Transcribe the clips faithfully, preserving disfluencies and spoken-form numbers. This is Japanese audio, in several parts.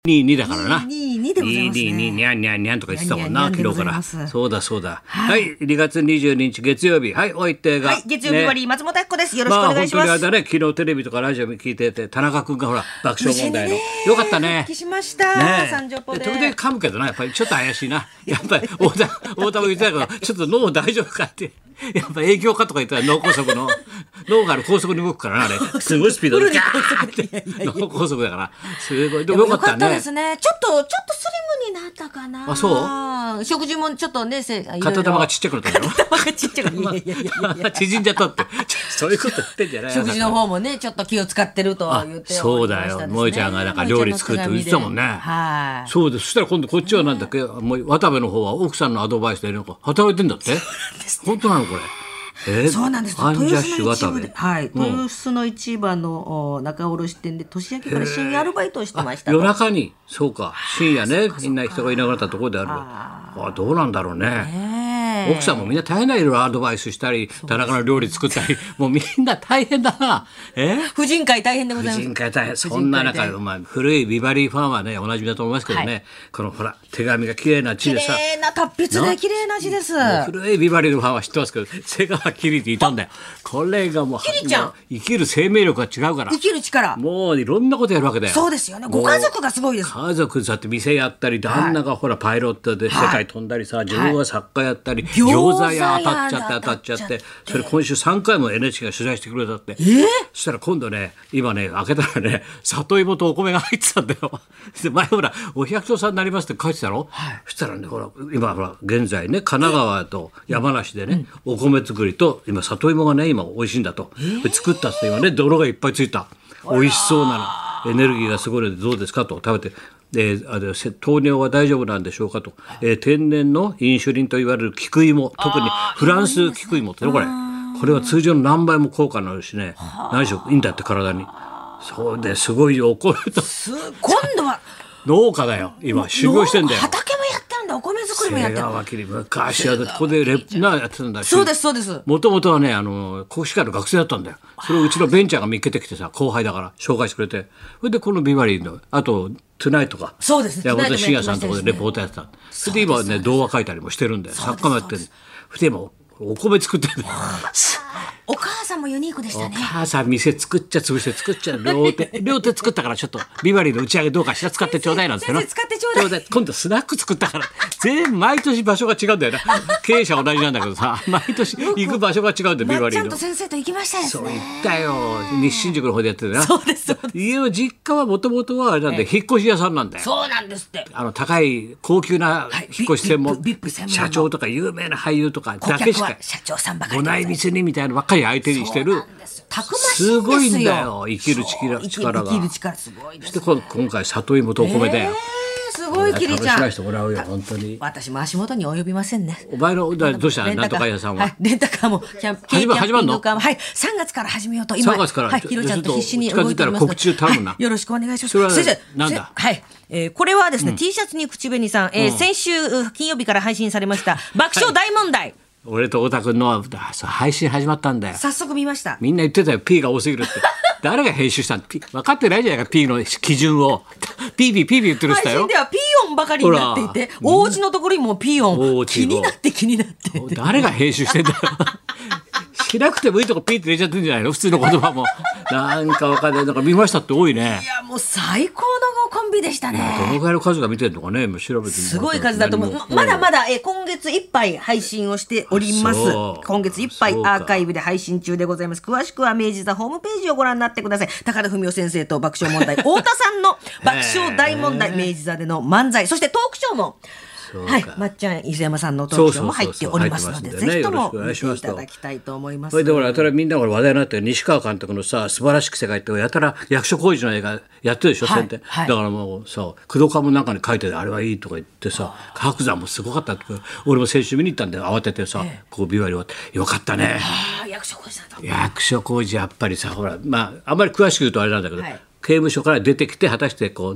ににだからな。 ににでございますね。 にににゃんにゃんにゃんとか言ってたもんな、 にゃんにゃん昨日から。 でございますそうだそうだ。 はいはい、にがつにじゅうににち月曜日。はい、お相手が。 はい、月曜日割り松本明子です。よろしくお願いします。 まあ本当にあれだね、昨日テレビとかラジオ聞いてて、田中君がほら爆笑問題の。 無事にねよかったね。 復帰しました。 ね三条ポで。 時々噛むけどな、やっぱりちょっと怪しいな。やっぱり太田太田も言ってたけど、ちょっと脳大丈夫かって。やっぱ営業かとか言ったら脳梗塞の脳がある高速に動くからな、あれすごいスピードでギャーって脳梗塞だからすごい。でもよかったね。 よかったですね。ちょっとちょっとスリムになったかな。 あ、そう。 食事もちょっとね、せ片玉がちっちゃくなったんだろ。 片玉がちっちゃくなった。いやいやいやいや縮んじゃったって。そういうこと言ってんじゃない。 食事の方もね、ちょっと気を使ってるとは言っておりましたですね。 そうだよ。萌えちゃんがなんか料理作るって言ってたもんね。 はい。 そうです。そしたら今度こっちはなんだっけ、もう渡部の方は奥さんのアドバイスでなんか働いてんだって。本当なのこれ。えー、 そうなんです。 アンジャッ豊シュ渡部洲の市場で、はい、豊洲の市場のお仲卸店で年明けから深夜アルバイトをしてましたと。 夜中に、そうか、深夜ね、みんな人がいなくなったところであるわ。あ、どうなんだろうね。 ねえ奥さんもみんな大変だよ、いろいろアドバイスしたり、田中の料理作ったり、もうみんな大変だな。え婦人会大変でございます。 婦人会大変。そんな中で、まあ、古いビバリーファンはね、おなじみだと思いますけどね、はい、このほら、手紙が綺麗な字でさ。 綺麗な達筆で綺麗な字です。 古いビバリーのファンは知ってますけど、瀬川キリっていたんだよ。これがもう、 キリちゃん生きる生命力が違うから。 生きる力。 もういろんなことやるわけだよ。 そうですよね。ご家族がすごいです。 家族だって店やったり、旦那がほらパイロットで世界飛んだりさ、自分は作家やったり、餃子屋当たっちゃって当たっちゃって、それ今週さんかいも エヌエイチケー が取材してくれたって。そしたら今度ね、今ね、開けたらね、里芋とお米が入ってたんだよ。で、前ほら、お百姓さんになりますって書いてたろ。そしたらね、ほら、今ほら、現在ね、神奈川と山梨でね、お米作りと、今里芋がね、今美味しいんだと。作ったって今ね、泥がいっぱいついた。美味しそうなの。エネルギーがすごいのでどうですかと食べて。えー、あれ糖尿は大丈夫なんでしょうかと、えー、天然のインシュリンと言われる菊芋、特にフランス菊芋ってね、これこれは通常の何倍も効果になるしね、何しろいいんだって体に。そうですごいよ、怒ると今度は農家だよ、今修行してんだよ。 畑もやってるんだ、お米作りもやってる。 瀬川きり昔はここでレッなやってたんだし。 そうですそうです。 もともとはね、あの国士舘の学生だったんだよ。それをうちのベンチャーが見っけてきてさ、後輩だから紹介してくれて、それでこのビバリーのあとトゥナイトか、 そうですね、 山本慎也さんのところでレポーターやってた。それで今はね、童話書いたりもしてるんで、作家もやってる。それで今お米作ってるんだよ。 お母さんもユニークでしたね。 お母さん店作っちゃ潰して作っちゃう両手両手作ったから、ちょっとビバリーの打ち上げどうかしら使ってちょうだいなんての。 先生使ってちょうだい。 今度スナック作ったから全部毎年場所が違うんだよな。経営者同じなんだけどさ、毎年行く場所が違うんだよ、ビバリーの。 まっちゃんと先生と行きましたよね。 そう行ったよ、西新宿の方でやってるな。 そうですそうです。 家の実家はもともとはあれなんで、引っ越し屋さんなんだよ。 そうなんですって。 あの高い高級な引っ越し専門、 ビップ専門社長とか有名な俳優とかだけしか社長さんばかり来ない店にみたいなばっかり相手にしてる。 たくましいんですすよ。 ごいんだよ、生きる力が。 生きる力すごいです、ね。 そして今回里芋とお米だよ。 えー、すごいキリちゃん。 楽しませてもらうよ本当に。 私も足元に及びませんね。 お前のどうしたなんとか屋さんは。 はい、レンタカーもキャンプキャンピングカーもはいさんがつから始めようと今さんがつからはいひろちゃんと必死に動いておりますので、 告知頼むな、 はい、よろしくお願いします。 それは先生なんだ。 はい、えー、これはですね、うん、T シャツに口紅さん、えーうん、先週金曜日から配信されました爆笑大問題。はい、 俺と太田君の配信始まったんだよ。 早速見ました。 みんな言ってたよ、 P が多すぎるって誰が編集したの？ P 分かってないじゃないか、 P の基準をピーピーピーピー言ってる人よ。 配信ではピー音ばかりになっていて、お家のところにもピー音気になって気になって誰が編集してんだよしなくてもいいとこピーって入れちゃってるんじゃないの、普通の言葉もなんか分かんない。なんか見ましたって多いね。 いやもう最高のコンビでしたね。 どのぐらいの数が見てるのかね、調べてみすごい数だと思う。 ま, まだまだえ今月いっぱい配信をしております。今月いっぱいアーカイブで配信中でございます。詳しくは明治座ホームページをご覧になってください。高田文夫先生と爆笑問題太田さんの爆笑大問題、明治座での漫才、そしてトークショーもはい、まっちゃん伊勢山さんのトークショーも入っておりますので、ぜひとも見ていただきたいと思います。 それでほらやたらみんなが話題になってる西川監督のさ、素晴らしき世界ってやたら役所広司の映画やってるでしょ、宣伝、はい、だからもうさ、工藤館も中に書いてあれはいいとか言ってさ、白山もすごかったとか、俺も先週見に行ったんで慌ててさ、ええ、こうビワリ終わってよかったね。 役所広司だと。 役所広司やっぱりさ、ほらまああんまり詳しく言うとあれなんだけど、はい、刑務所から出てきて果たしてこうね、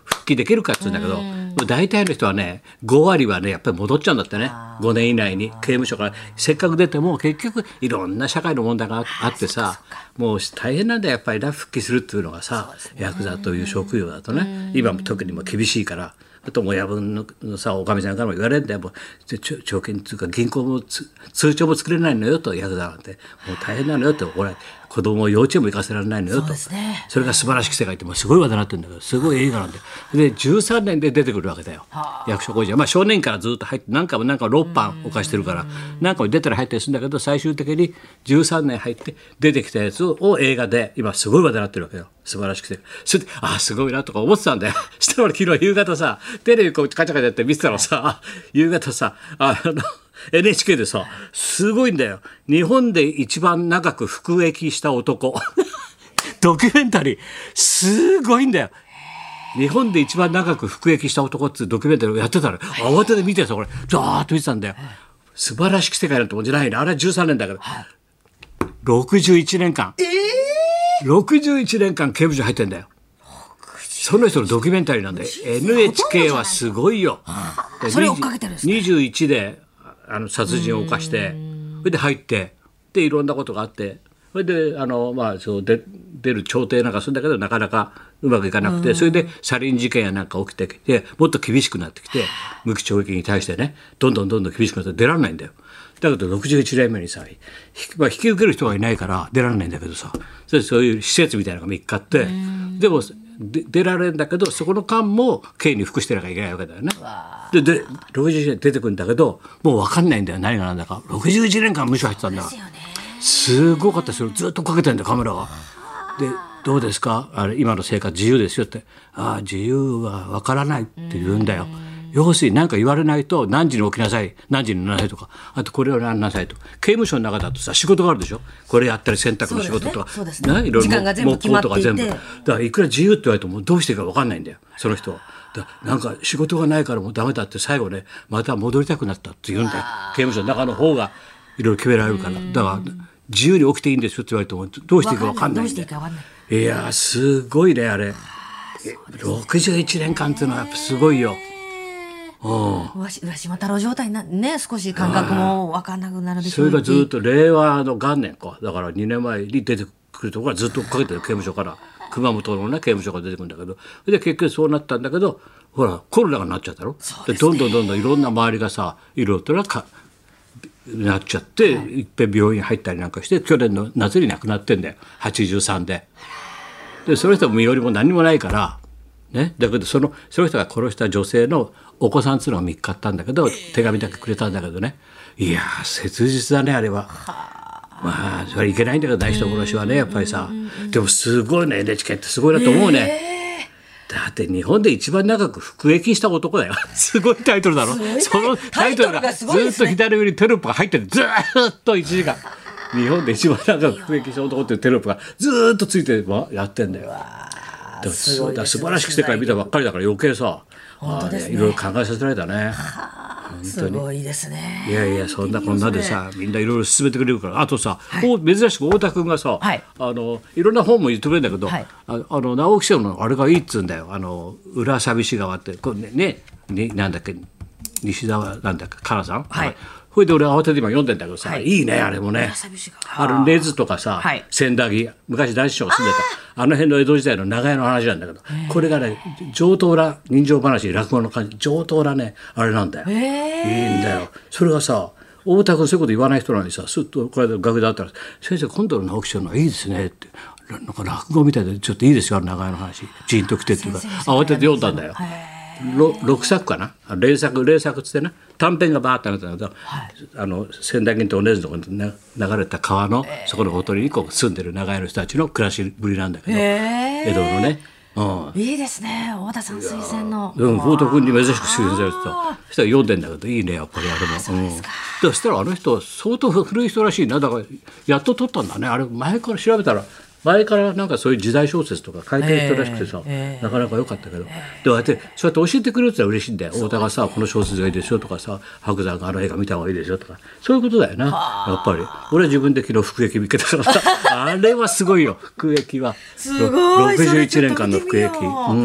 復帰できるかって言うんだけど、もう大体の人はねご割はねやっぱり戻っちゃうんだってね。ごねん以内に刑務所からせっかく出ても結局いろんな社会の問題があってさ、もう大変なんだよやっぱりな復帰するっていうのがさ、ヤクザという職業だとね、今も特にも厳しいから。あと親分のさおかみさんからも言われるんだよ、もう貯金っていうか銀行も通帳も作れないのよと、ヤクザなんてもう大変なのよって、俺子供を幼稚園も行かせられないのよと。 そうですね、それが素晴らしき世界ってもうすごい話題になってるんだけど、すごい映画なんで、でじゅうさんねんで出てくるわけだよ、役所広司は。まあ少年からずっと入って何回も何回もろっぱん犯してるから何回も出たり入ったりするんだけど、最終的にじゅうさんねん入って出てきたやつを映画で今すごい話題になってるわけよ。素晴らしくて、それでああすごいなとか思ってたんだよ。したら俺昨日夕方さテレビこうカチャカチャやって見てたらさ、夕方さあのエヌエイチケー でさすごいんだよ。日本で一番長く服役した男ドキュメンタリーすごいんだよ。日本で一番長く服役した男っていうドキュメンタリーをやってたの。慌てて見てさ、これザーッと見てたんだよ。素晴らしき世界なんてもんじゃないね。あれはじゅうさんねんだからろくじゅういちねんかん、えー、ろくじゅういちねんかん刑務所入ってんだよ。その人のドキュメンタリーなんで エヌエイチケー はすごいよ。 それを追っかけてるんですか。 にじゅういちであの殺人を犯してそれで入ってでいろんなことがあってそれであの、まあ、そうで出る調停なんかするんだけどなかなかうまくいかなくて、それでサリン事件やなんか起きてきてもっと厳しくなってきて無期懲役に対してねどんどんどんどん厳しくなって出られないんだよ。だけどろくじゅういちねんめにさ、まあ、引き受ける人がいないから出られないんだけどさ、それそういう施設みたいなのが見っかってでもで出られるんだけどそこの間も刑に服してなきゃいけないわけだよね。ででろくじゅういちねん出てくるんだけどもう分かんないんだよ何が何だか。ろくじゅういちねんかん無所入ってたんだから、すごかったですよ。ずっとかけてるんだよカメラが。でどうですかあれ今の生活自由ですよって。ああ自由は分からないって言うんだよ。要するに何か言われないと何時に起きなさい何時に寝なさいとか、あとこれをやんなさいと。刑務所の中だとさ仕事があるでしょ。これやったり洗濯の仕事とか、ねね、いろいろ木工とか全部だからいくら自由って言われてもどうしていいか分かんないんだよその人は。だなんか仕事がないからもうダメだって最後ねまた戻りたくなったって言うんだよ。刑務所の中の方がいろいろ決められるから。だから自由に起きていいんですよって言われてもどうしていいか分かんないんで。いやすごいねあれろくじゅういちねんかんっていうのはやっぱすごいよ。 上島太郎状態なね少し感覚も分かんなくなるでしょう。 それがずっと令和の元年かだからにねんまえに出てくるところがずっと追っかけてる刑務所から熊本の、ね、刑務所が出てくるんだけどで結局そうなったんだけどほらコロナがなっちゃったろ。で、ね、どんどんどんどんいろんな周りがさいろいろとかなっちゃって、はい、いっぺん病院入ったりなんかして去年の夏に亡くなってんだよはちじゅうさんで。でその人も身寄りも何もないからね、だけどそのその人が殺した女性のお子さんっていうのが見っかったんだけど手紙だけくれたんだけどね。いや切実だねあれは。まあそれはいけないんだけど大人殺しはねやっぱりさ。でもすごいね エヌエイチケー ってすごいなと思うね。だって日本で一番長く服役した男だよすごいタイトルだろ。そのタイトルがずっと左上にテロップが入ってるずっといちじかん日本で一番長く服役した男っていうテロップがずっとついてやってんだよ。だすごい素晴らしく世界見たばっかりだから余計さ本当ですね、いろいろ考えさせられたね。 本当にすごいですね。 いやいやそんなこんなでさみんないろいろ進めてくれるから。あとさ、はい、珍しく太田君がさ、はい、あのいろんな本も言ってくれるんだけど、はい、ああの直木賞のあれがいいっつうんだよ。あの裏寂し川ってこれねねねなんだっけ西澤なんだっけかなさん、はい、それで俺慌てて今読んでんだけどさ、はい、いいねあれもね。あの根津とかさ、はい、千駄木昔大師匠が住んでた あ, あの辺の江戸時代の長屋の話なんだけどこれがね上等な人情話落語の感じ上等なねあれなんだよ。いいんだよそれがさ。太田君そういうこと言わない人なのにさすっとこれで楽屋だったら「先生今度の直木賞のいいですね」ってなんか落語みたいでちょっといいですよあの長屋の話ジーンときてっていうか慌てて読んだんだよ。ろくさくかな連作連作っつってね短編がバーッとなったんだけど、はい、あの千駄木と同じところに流れた川の、えー、そこのほとりにこう住んでる長屋の人たちの暮らしぶりなんだけど、えー、江戸のね、 うん、いいですね太田さん推薦の。 うん、太田君に珍しく推薦されてた。そしたら読んでんだけどいいねやっぱりあれも。そうですか。うん、そしたらあの人相当古い人らしいな。だからやっと撮ったんだねあれ。前から調べたら前からなんかそういう時代小説とか書いてる人らしくてさ、えー、なかなか良かったけど、えー、でもやってそうやって教えてくれるってのは嬉しいんだよ。太田がさこの小説がいいですよとかさ白山があの映画見た方がいいですよとかそういうことだよなやっぱり。俺は自分で昨日服役見つけたからさあれはすごいよ服役は。 すごいろくじゅういちねんかんの服役、うん、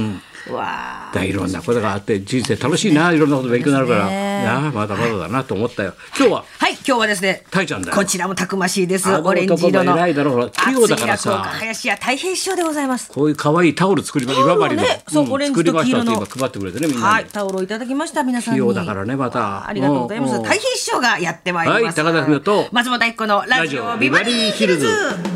わだいろんなことがあって人生楽しいな、いろんなこと勉強になるから、いやまだまだだなと思ったよ。今日ははい今日はですねタイちゃんだよ。 こちらもたくましいです。 あのオレンジ色の男も偉いだろうほら器用だからさ熱い落語家林家たい平師匠でございます。 こういう可愛いタオル作りま今治の、 ねそうオレンジと黄色の作りましたって今配ってくれてねみんなに、 はいタオルをいただきました皆さんに。 器用だからねまた。 ありがとうございます。 うんうんたい平師匠がやってまいります。 はい高田文夫と松本明子のラジオビバリーヒルズ。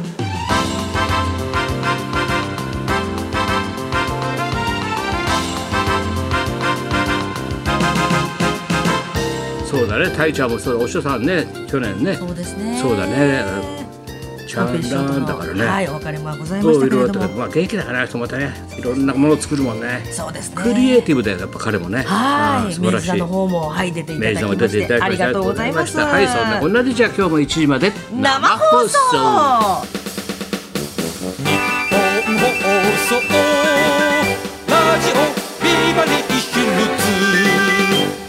そうだね、タイちゃんもそうだ、お師匠さんね、去年ね。 そうですね。 そうだね。チャンランだからね。 はい、お別れもございましたけれども。 まあ元気だからね、またね、いろんなものを作るもんね。 そうですね。 クリエイティブだよ、やっぱ彼もね。 はい、 素晴らしい。 明治座の方もはい出ていただきま明治座も出ていしたて、ありがとうございました。 はい、そんなこんなでじゃあ今日もいちじまで生放送。 日本放送ラジオビバリーヒルズ